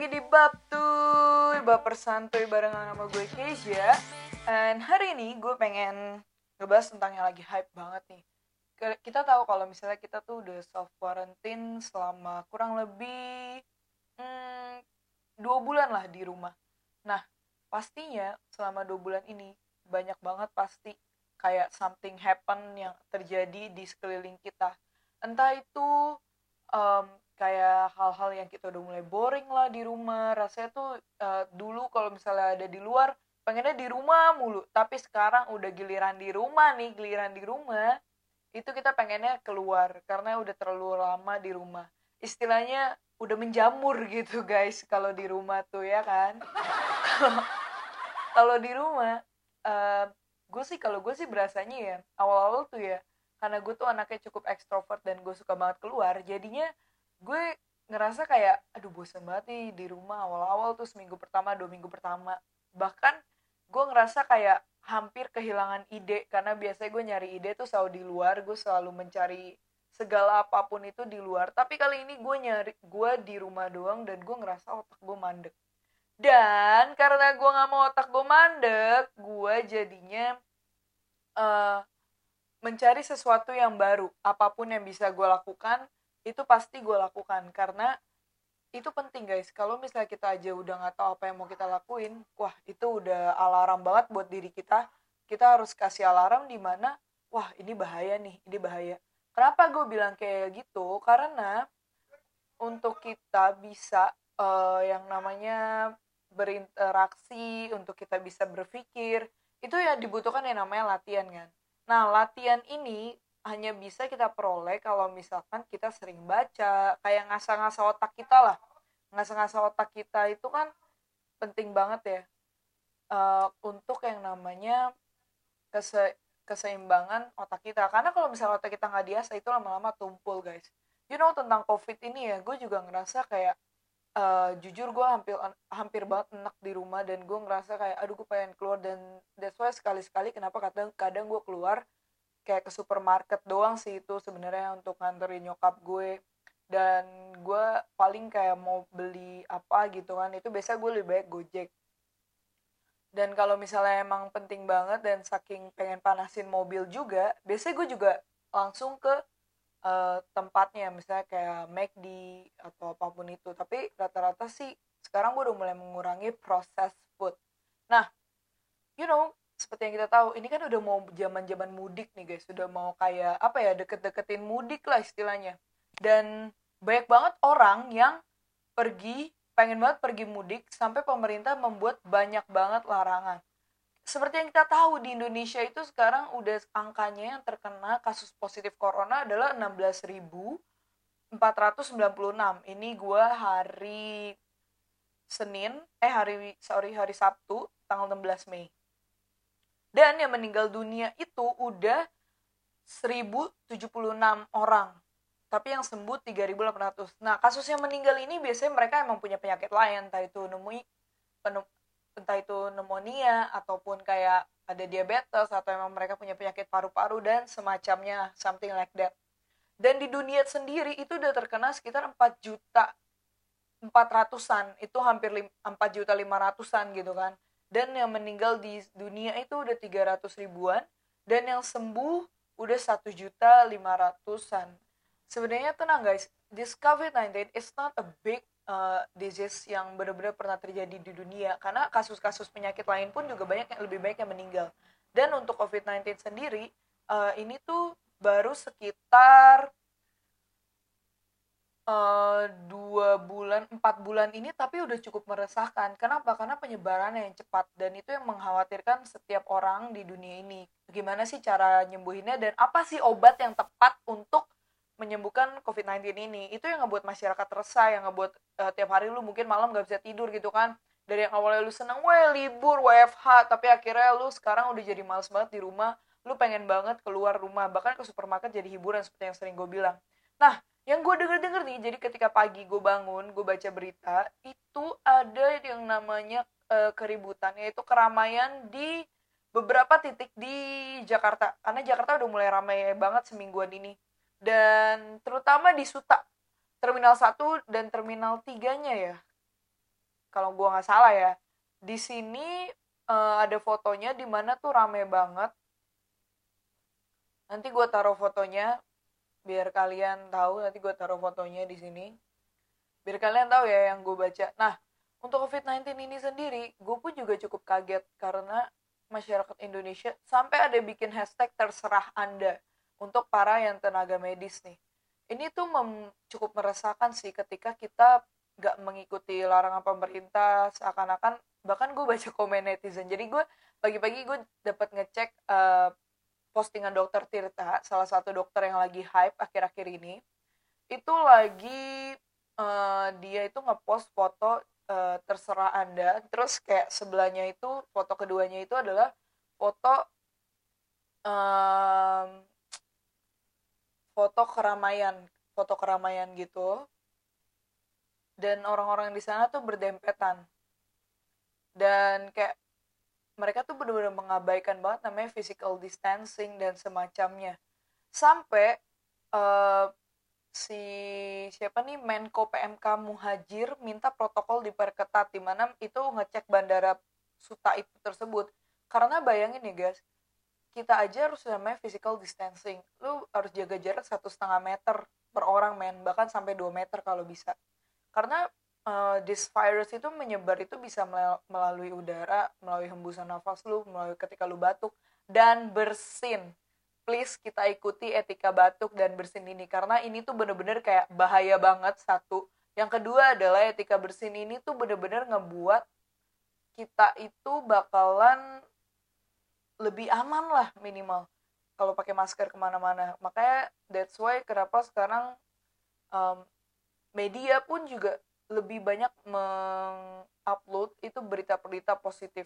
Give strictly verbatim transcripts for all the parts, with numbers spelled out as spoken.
lagi di Baptuy, Baper Santuy barengan sama gue Keisha. And hari ini gue pengen ngebahas tentang yang lagi hype banget nih. Kita tahu kalau misalnya kita tuh udah self quarantine selama kurang lebih hmm, dua bulan lah di rumah. Nah, pastinya selama dua bulan ini banyak banget pasti kayak something happen yang terjadi di sekeliling kita. Entah itu um, kayak hal-hal yang kita udah mulai boring lah di rumah. Rasanya tuh uh, dulu kalau misalnya ada di luar pengennya di rumah mulu, tapi sekarang udah giliran di rumah nih, giliran di rumah itu kita pengennya keluar karena udah terlalu lama di rumah. Istilahnya udah menjamur gitu guys kalau di rumah tuh ya kan. Kalau di rumah uh, gue sih kalau gue sih berasanya ya awal-awal tuh ya, karena gue tuh anaknya cukup ekstrovert dan gue suka banget keluar, jadinya gue ngerasa kayak aduh bosan banget nih di rumah awal-awal tuh seminggu pertama, dua minggu pertama. Bahkan gue ngerasa kayak hampir kehilangan ide, karena biasanya gue nyari ide tuh selalu di luar, gue selalu mencari segala apapun itu di luar. Tapi kali ini gue nyari gue di rumah doang dan gue ngerasa otak gue mandek. Dan karena gue gak mau otak gue mandek, gue jadinya uh, mencari sesuatu yang baru. Apapun yang bisa gue lakukan, itu pasti gue lakukan. Karena itu penting guys. Kalau misalnya kita aja udah gak tahu apa yang mau kita lakuin, wah itu udah alarm banget buat diri kita. Kita harus kasih alarm di mana, wah ini bahaya nih, ini bahaya. Kenapa gue bilang kayak gitu? Karena untuk kita bisa uh, yang namanya berinteraksi, untuk kita bisa berpikir, itu ya dibutuhkan yang namanya latihan kan. Nah, latihan ini hanya bisa kita peroleh kalau misalkan kita sering baca, kayak ngasah-ngasah otak kita lah. Ngasah-ngasah otak kita itu kan penting banget ya, uh, untuk yang namanya kese- keseimbangan otak kita. Karena kalau misalnya otak kita nggak diasah, itu lama-lama tumpul guys. You know, tentang COVID ini ya, gue juga ngerasa kayak Uh, jujur gue hampir hampir banget enak di rumah, dan gue ngerasa kayak aduh gue pengen keluar. Dan that's why sekali-sekali kenapa kadang kadang gue keluar kayak ke supermarket doang sih, itu sebenarnya untuk nganterin nyokap gue. Dan gue paling kayak mau beli apa gitu kan, itu biasa gue lebih baik Gojek. Dan kalau misalnya emang penting banget dan saking pengen panasin mobil juga, biasanya gue juga langsung ke Uh, tempatnya, misalnya kayak McD atau apapun itu. Tapi rata-rata sih sekarang gue udah mulai mengurangi processed food. Nah, you know, seperti yang kita tahu, ini kan udah mau zaman-zaman mudik nih guys, udah mau kayak apa ya, deket-deketin mudik lah istilahnya. Dan banyak banget orang yang pergi, pengen banget pergi mudik, sampai pemerintah membuat banyak banget larangan. Seperti yang kita tahu di Indonesia itu sekarang udah angkanya yang terkena kasus positif corona adalah enam belas ribu empat ratus sembilan puluh enam. Ini gue hari Senin, eh hari sorry hari Sabtu tanggal enam belas Mei. Dan yang meninggal dunia itu udah seribu tujuh puluh enam orang. Tapi yang sembuh tiga ribu delapan ratus. Nah, kasus yang meninggal ini biasanya mereka emang punya penyakit lain, entah itu pneumonia, entah itu pneumonia ataupun kayak ada diabetes, atau emang mereka punya penyakit paru-paru dan semacamnya, something like that. Dan di dunia sendiri itu udah terkena sekitar empat juta empat ratusan, itu hampir empat juta lima ratusan gitu kan. Dan yang meninggal di dunia itu udah tiga ratus ribuan, dan yang sembuh udah satu juta lima ratusan. Sebenarnya tenang guys, this covid sembilan belas is not a big Uh, disease yang benar-benar pernah terjadi di dunia, karena kasus-kasus penyakit lain pun juga banyak yang lebih baik yang meninggal. Dan untuk covid sembilan belas sendiri, uh, ini tuh baru sekitar uh, dua bulan, empat bulan ini, tapi udah cukup meresahkan. Kenapa? Karena penyebarannya yang cepat, dan itu yang mengkhawatirkan setiap orang di dunia ini. Gimana sih cara nyembuhinnya, dan apa sih obat yang tepat untuk menyembuhkan covid sembilan belas ini? Itu yang ngebuat masyarakat resah, yang ngebuat uh, tiap hari lu mungkin malam gak bisa tidur gitu kan. Dari yang awalnya lu seneng, weh libur, W F H, tapi akhirnya lu sekarang udah jadi males banget di rumah. Lu pengen banget keluar rumah, bahkan ke supermarket jadi hiburan seperti yang sering gue bilang. Nah, yang gue denger-denger nih, jadi ketika pagi gue bangun, gue baca berita, itu ada yang namanya uh, keributan, yaitu keramaian di beberapa titik di Jakarta. Karena Jakarta udah mulai ramai banget semingguan ini. Dan terutama di Suta, Terminal satu dan Terminal tiga-nya ya. kalau gue nggak salah ya. Di sini uh, ada fotonya di mana tuh rame banget. Nanti gue taruh fotonya biar kalian tahu. Nanti gue taruh fotonya di sini biar kalian tahu ya yang gue baca. Nah, untuk covid sembilan belas ini sendiri, gue pun juga cukup kaget karena masyarakat Indonesia sampai ada bikin hashtag terserah Anda untuk para yang tenaga medis nih. Ini tuh mem- cukup meresahkan sih ketika kita gak mengikuti larangan pemerintah, seakan-akan, bahkan gue baca komen netizen. Jadi gue pagi-pagi gue dapat ngecek uh, postingan dokter Tirta, salah satu dokter yang lagi hype akhir-akhir ini. Itu lagi uh, dia itu ngepost foto uh, terserah Anda, terus kayak sebelahnya itu foto keduanya itu adalah foto um, foto keramaian foto keramaian gitu, dan orang-orang di sana tuh berdempetan, dan kayak mereka tuh benar-benar mengabaikan banget namanya physical distancing dan semacamnya. Sampai uh, si siapa nih Menko P M K Muhajir minta protokol diperketat, di mana itu ngecek bandara Suta itu tersebut. Karena bayangin nih guys, kita aja harus namanya physical distancing, lu harus jaga jarak satu setengah meter per orang men, bahkan sampai dua meter kalau bisa. Karena uh, this virus itu menyebar itu bisa melalui udara, melalui hembusan nafas lu, melalui ketika lu batuk dan bersin. Please kita ikuti etika batuk dan bersin ini, karena ini tuh bener-bener kayak bahaya banget, satu. Yang kedua adalah etika bersin ini tuh bener-bener ngebuat kita itu bakalan lebih aman lah minimal kalau pakai masker kemana-mana. Makanya that's why kenapa sekarang um, media pun juga lebih banyak mengupload itu berita-berita positif.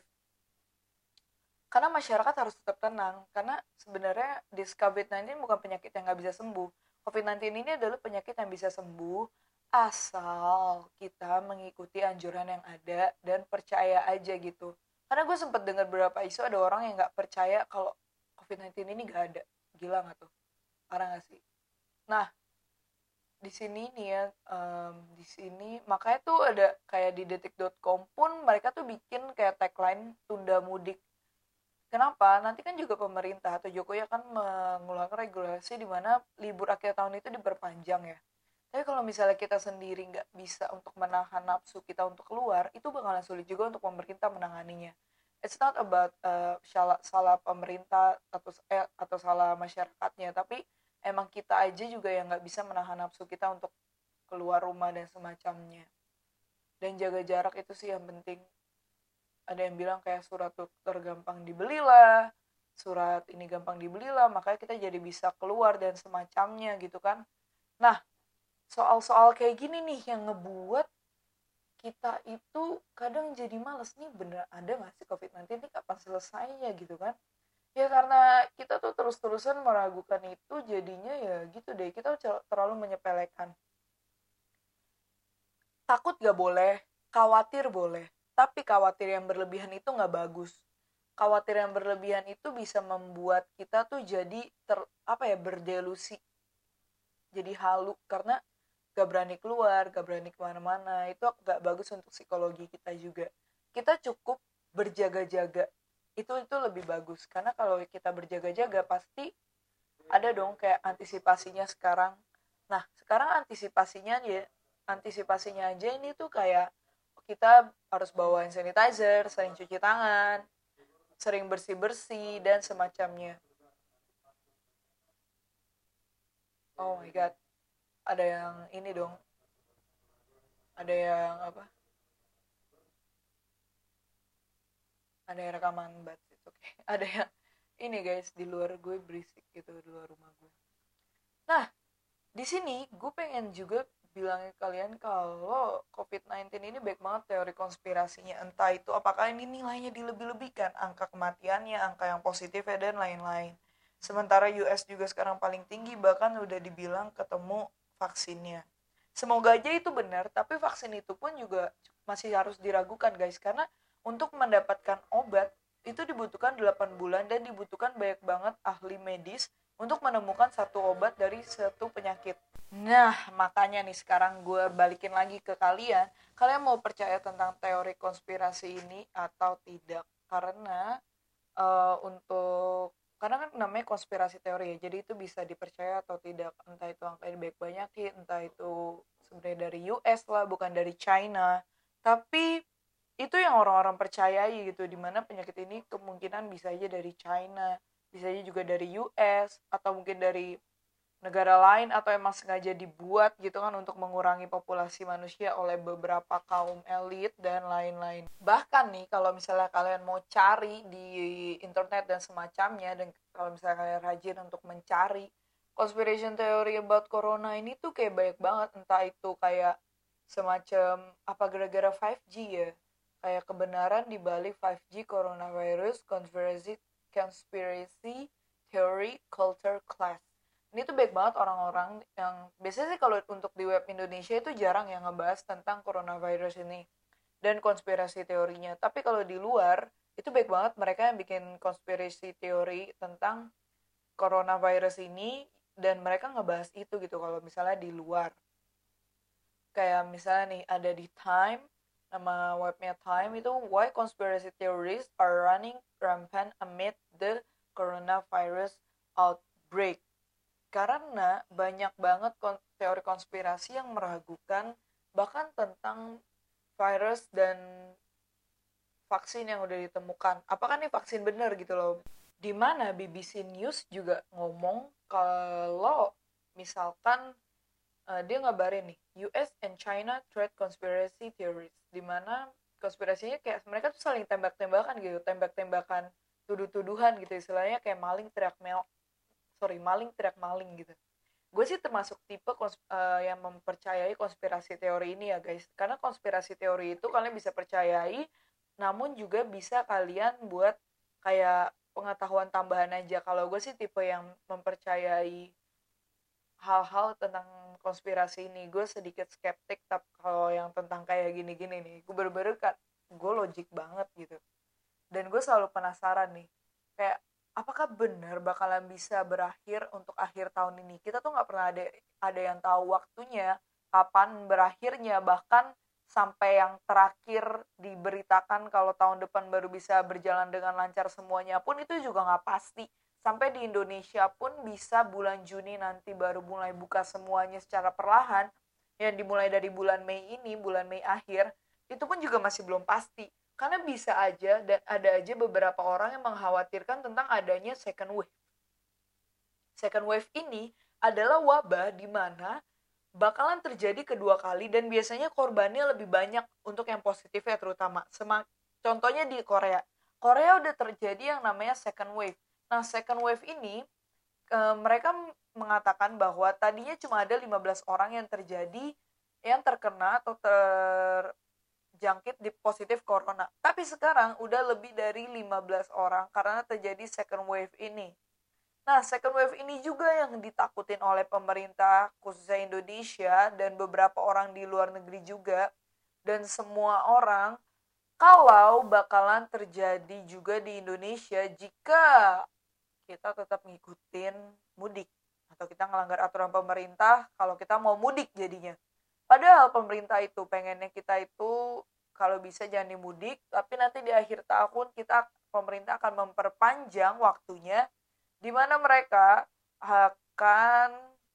Karena masyarakat harus tetap tenang, karena sebenarnya this covid sembilan belas bukan penyakit yang nggak bisa sembuh. covid sembilan belas ini adalah penyakit yang bisa sembuh asal kita mengikuti anjuran yang ada dan percaya aja gitu. Karena gue sempat dengar beberapa isu ada orang yang nggak percaya kalau covid sembilan belas ini nggak ada. Gila nggak tuh? Parah nggak sih? Nah, di sini nih ya, um, di sini makanya tuh ada kayak di detik dot com pun mereka tuh bikin kayak tagline tunda mudik. Kenapa? Nanti kan juga pemerintah atau Jokowi akan mengeluarkan regulasi di mana libur akhir tahun itu diperpanjang ya. Tapi kalau misalnya kita sendiri nggak bisa untuk menahan nafsu kita untuk keluar, itu bakalan sulit juga untuk pemerintah menanganinya. It's not about uh, salah, salah pemerintah atau eh, atau salah masyarakatnya, tapi emang kita aja juga yang nggak bisa menahan nafsu kita untuk keluar rumah dan semacamnya. Dan jaga jarak itu sih yang penting. Ada yang bilang kayak surat dokter gampang dibelilah, surat ini gampang dibelilah, makanya kita jadi bisa keluar dan semacamnya gitu kan. Nah, soal-soal kayak gini nih yang ngebuat kita itu kadang jadi males nih, bener ada gak sih covid sembilan belas ini kapan selesainya gitu kan. Ya karena kita tuh terus-terusan meragukan itu, jadinya ya gitu deh, kita terlalu menyepelekan. Takut gak boleh, khawatir boleh, tapi khawatir yang berlebihan itu gak bagus. Khawatir yang berlebihan itu bisa membuat kita tuh jadi ter, apa ya, berdelusi, jadi halu, karena gak berani keluar, gak berani kemana-mana. Itu gak bagus untuk psikologi kita juga. Kita cukup berjaga-jaga, itu itu lebih bagus. Karena kalau kita berjaga-jaga pasti ada dong kayak antisipasinya sekarang. Nah sekarang antisipasinya ya, antisipasinya aja ini tuh kayak kita harus bawa hand sanitizer, sering cuci tangan, sering bersih-bersih dan semacamnya. Oh my god, ada yang ini dong, ada yang apa, ada yang rekaman but it's okay. Ada yang ini guys, di luar gue berisik gitu, di luar rumah gue. Nah di sini gue pengen juga bilangin kalian kalau covid sembilan belas ini baik banget teori konspirasinya. Entah itu apakah ini nilainya dilebih-lebihkan, angka kematiannya, angka yang positifnya dan lain-lain. Sementara U S juga sekarang paling tinggi, bahkan udah dibilang ketemu vaksinnya. Semoga aja itu benar, tapi vaksin itu pun juga masih harus diragukan guys, karena untuk mendapatkan obat itu dibutuhkan delapan bulan dan dibutuhkan banyak banget ahli medis untuk menemukan satu obat dari satu penyakit. Nah, makanya nih sekarang gue balikin lagi ke kalian. Kalian mau percaya tentang teori konspirasi ini atau tidak? Karena uh, untuk karena kan namanya konspirasi teori ya, jadi itu bisa dipercaya atau tidak, entah itu angka baik banyakin, entah itu sebenarnya dari U S lah, bukan dari China, tapi itu yang orang-orang percayai gitu, dimana penyakit ini kemungkinan bisa aja dari China, bisa aja juga dari U S, atau mungkin dari negara lain, atau emang sengaja dibuat gitu kan untuk mengurangi populasi manusia oleh beberapa kaum elit dan lain-lain. Bahkan nih kalau misalnya kalian mau cari di internet dan semacamnya, dan kalau misalnya kalian rajin untuk mencari conspiracy theory about corona ini tuh kayak banyak banget, entah itu kayak semacam apa gara-gara lima G ya, kayak kebenaran di balik lima G coronavirus, conspiracy conspiracy theory culture class. Ini tuh baik banget orang-orang yang biasanya sih kalau untuk di web Indonesia itu jarang yang ngebahas tentang coronavirus ini dan konspirasi teorinya. Tapi kalau di luar itu baik banget mereka yang bikin konspirasi teori tentang coronavirus ini, dan mereka ngebahas itu gitu kalau misalnya di luar. Kayak misalnya nih ada di Time, nama webnya Time itu, why conspiracy theories are running rampant amid the coronavirus outbreak. Karena banyak banget teori konspirasi yang meragukan bahkan tentang virus dan vaksin yang udah ditemukan. Apakah nih vaksin bener gitu loh. Dimana B B C News juga ngomong kalau misalkan uh, dia ngabarin nih U S and China trade conspiracy theories. Dimana konspirasinya kayak mereka tuh saling tembak-tembakan gitu, tembak-tembakan tuduh-tuduhan gitu, istilahnya kayak maling teriak mel sorry maling teriak maling gitu. Gue sih termasuk tipe kons- uh, yang mempercayai konspirasi teori ini ya guys, karena konspirasi teori itu kalian bisa percayai, namun juga bisa kalian buat kayak pengetahuan tambahan aja. Kalau gue sih tipe yang mempercayai hal-hal tentang konspirasi ini, gue sedikit skeptik. Tapi kalau yang tentang kayak gini-gini nih, gue bener-bener kan gue logik banget gitu, dan gue selalu penasaran nih, kayak apakah benar bakalan bisa berakhir untuk akhir tahun ini. Kita tuh nggak pernah ada ada yang tahu waktunya kapan berakhirnya, bahkan sampai yang terakhir diberitakan kalau tahun depan baru bisa berjalan dengan lancar semuanya pun itu juga nggak pasti. Sampai di Indonesia pun bisa bulan Juni nanti baru mulai buka semuanya secara perlahan, yang dimulai dari bulan Mei ini, bulan Mei akhir, itu pun juga masih belum pasti. Karena bisa aja dan ada aja beberapa orang yang mengkhawatirkan tentang adanya second wave. Second wave ini adalah wabah di mana bakalan terjadi kedua kali, dan biasanya korbannya lebih banyak untuk yang positifnya terutama. Semak, contohnya di Korea. Korea udah terjadi yang namanya second wave. Nah, second wave ini e, mereka mengatakan bahwa tadinya cuma ada lima belas orang yang terjadi yang terkena atau terjangkit di positif corona. Tapi sekarang udah lebih dari lima belas orang karena terjadi second wave ini. Nah, second wave ini juga yang ditakutin oleh pemerintah, khususnya Indonesia, dan beberapa orang di luar negeri juga. Dan semua orang, kalau bakalan terjadi juga di Indonesia jika kita tetap ngikutin mudik. Atau kita ngelanggar aturan pemerintah kalau kita mau mudik jadinya. Padahal pemerintah itu pengennya kita itu kalau bisa jangan dimudik, tapi nanti di akhir tahun kita pemerintah akan memperpanjang waktunya, di mana mereka akan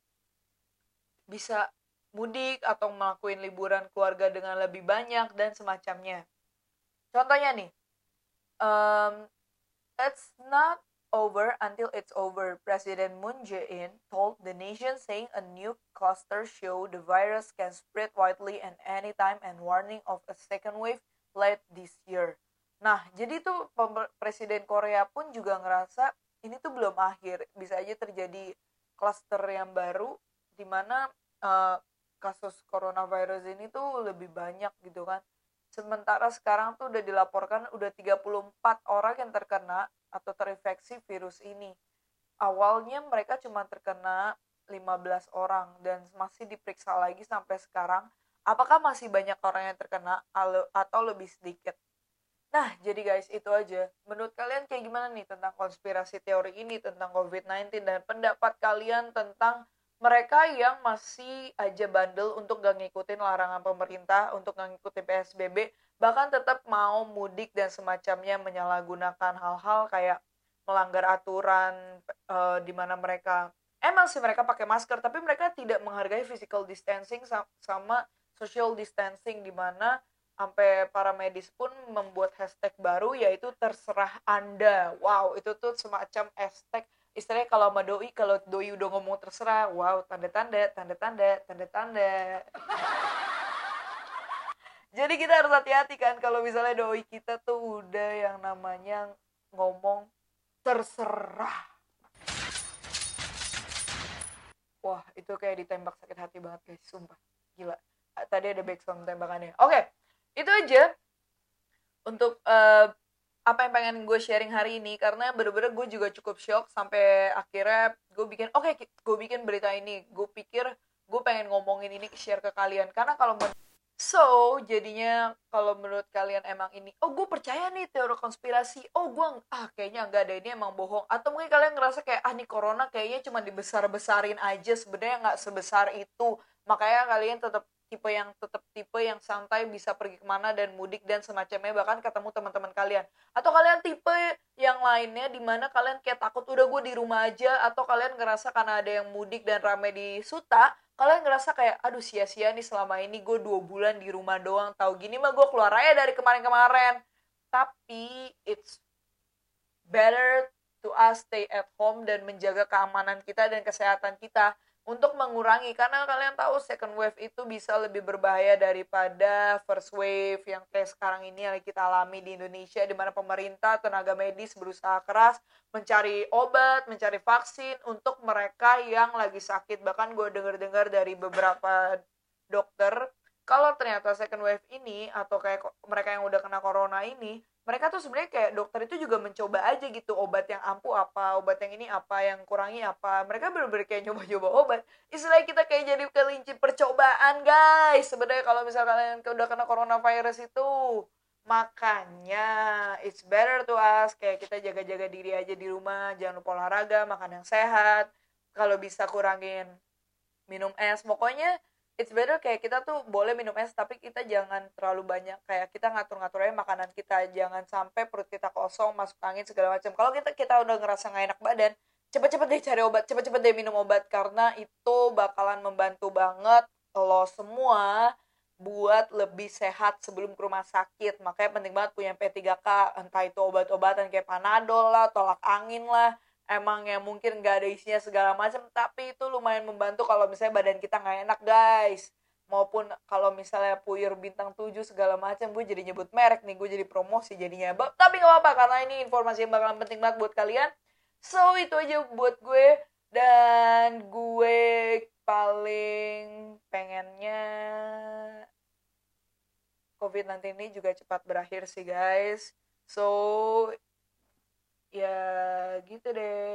bisa mudik atau melakukan liburan keluarga dengan lebih banyak dan semacamnya. Contohnya nih, um, it's not over until it's over. President Moon Jae-in told the nation, saying a new cluster show the virus can spread widely and anytime, and warning of a second wave late this year. Nah, jadi tuh Presiden Korea pun juga ngerasa ini tuh belum akhir, bisa aja terjadi cluster yang baru di mana uh, kasus coronavirus ini tuh lebih banyak gitu kan. Sementara sekarang tuh udah dilaporkan udah tiga puluh empat orang yang terkena atau terinfeksi virus ini. Awalnya mereka cuma terkena lima belas orang dan masih diperiksa lagi sampai sekarang. Apakah masih banyak orang yang terkena atau lebih sedikit? Nah, jadi guys, itu aja. Menurut kalian kayak gimana nih tentang konspirasi teori ini, tentang covid sembilan belas, dan pendapat kalian tentang mereka yang masih aja bandel untuk gak ngikutin larangan pemerintah, untuk gak ngikutin P S B B, bahkan tetap mau mudik dan semacamnya, menyalahgunakan hal-hal kayak melanggar aturan, uh, di mana mereka emang sih mereka pakai masker, tapi mereka tidak menghargai physical distancing sama social distancing, di mana sampai para medis pun membuat hashtag baru, yaitu terserah Anda. Wow, itu tuh semacam hashtag istilahnya kalau sama doi, kalau doi udah ngomong terserah, wow, tanda-tanda, tanda-tanda, tanda-tanda. Jadi kita harus hati-hati kan kalau misalnya doi kita tuh udah yang namanya ngomong terserah. Wah, itu kayak ditembak sakit hati banget guys, sumpah. Gila. Tadi ada backsound tembakannya. Oke, itu aja untuk uh, apa yang pengen gue sharing hari ini, karena bener-bener gue juga cukup shock sampai akhirnya gue bikin oke okay, gue bikin berita ini. Gue pikir gue pengen ngomongin ini share ke kalian, karena kalau men- so jadinya kalau menurut kalian emang ini oh gue percaya nih teori konspirasi, oh gue ah kayaknya enggak ada, ini emang bohong, atau mungkin kalian ngerasa kayak ah nih corona kayaknya cuma dibesar-besarin aja, sebenarnya nggak sebesar itu, makanya kalian tetap tipe yang tetap tipe yang santai, bisa pergi kemana dan mudik dan semacamnya, bahkan ketemu teman-teman kalian. Atau kalian tipe yang lainnya dimana kalian kayak takut udah gue di rumah aja, atau kalian ngerasa karena ada yang mudik dan rame di Suta, kalian ngerasa kayak aduh sia-sia nih selama ini gue dua bulan di rumah doang, tahu gini mah gue keluar aja dari kemarin-kemarin. Tapi it's better to us stay at home dan menjaga keamanan kita dan kesehatan kita untuk mengurangi, karena kalian tahu second wave itu bisa lebih berbahaya daripada first wave yang kayak sekarang ini yang kita alami di Indonesia, di mana pemerintah, tenaga medis berusaha keras mencari obat, mencari vaksin untuk mereka yang lagi sakit. Bahkan gue dengar-dengar dari beberapa dokter kalau ternyata second wave ini atau kayak mereka yang udah kena corona ini, mereka tuh sebenarnya kayak dokter itu juga mencoba aja gitu, obat yang ampuh apa, obat yang ini apa, yang kurangi apa, mereka bener-bener kayak nyoba-nyoba obat. Istilahnya kita kayak jadi kelinci percobaan guys sebenarnya kalau misalnya kalian udah kena coronavirus itu. Makanya it's better to us kayak kita jaga-jaga diri aja di rumah, jangan lupa olahraga, makan yang sehat, kalau bisa kurangin minum es, pokoknya it's better kayak kita tuh boleh minum es tapi kita jangan terlalu banyak, kayak kita ngatur-ngatur aja makanan kita, jangan sampai perut kita kosong, masuk angin segala macam. Kalau kita kita udah ngerasa nggak enak badan, cepet-cepet deh cari obat, cepet-cepet deh minum obat, karena itu bakalan membantu banget lo semua buat lebih sehat sebelum ke rumah sakit. Makanya penting banget punya P tiga K, entah itu obat-obatan kayak Panadol lah, tolak angin lah, emang yang mungkin gak ada isinya segala macam, tapi itu lumayan membantu kalau misalnya badan kita nggak enak guys. Maupun kalau misalnya Puir bintang tujuh segala macam, gue jadi nyebut merek nih, gue jadi promosi jadinya, tapi nggak apa-apa karena ini informasi yang bakalan penting banget buat kalian. So itu aja buat gue, dan gue paling pengennya covid sembilan belas ini juga cepat berakhir sih guys. So ya gitu deh.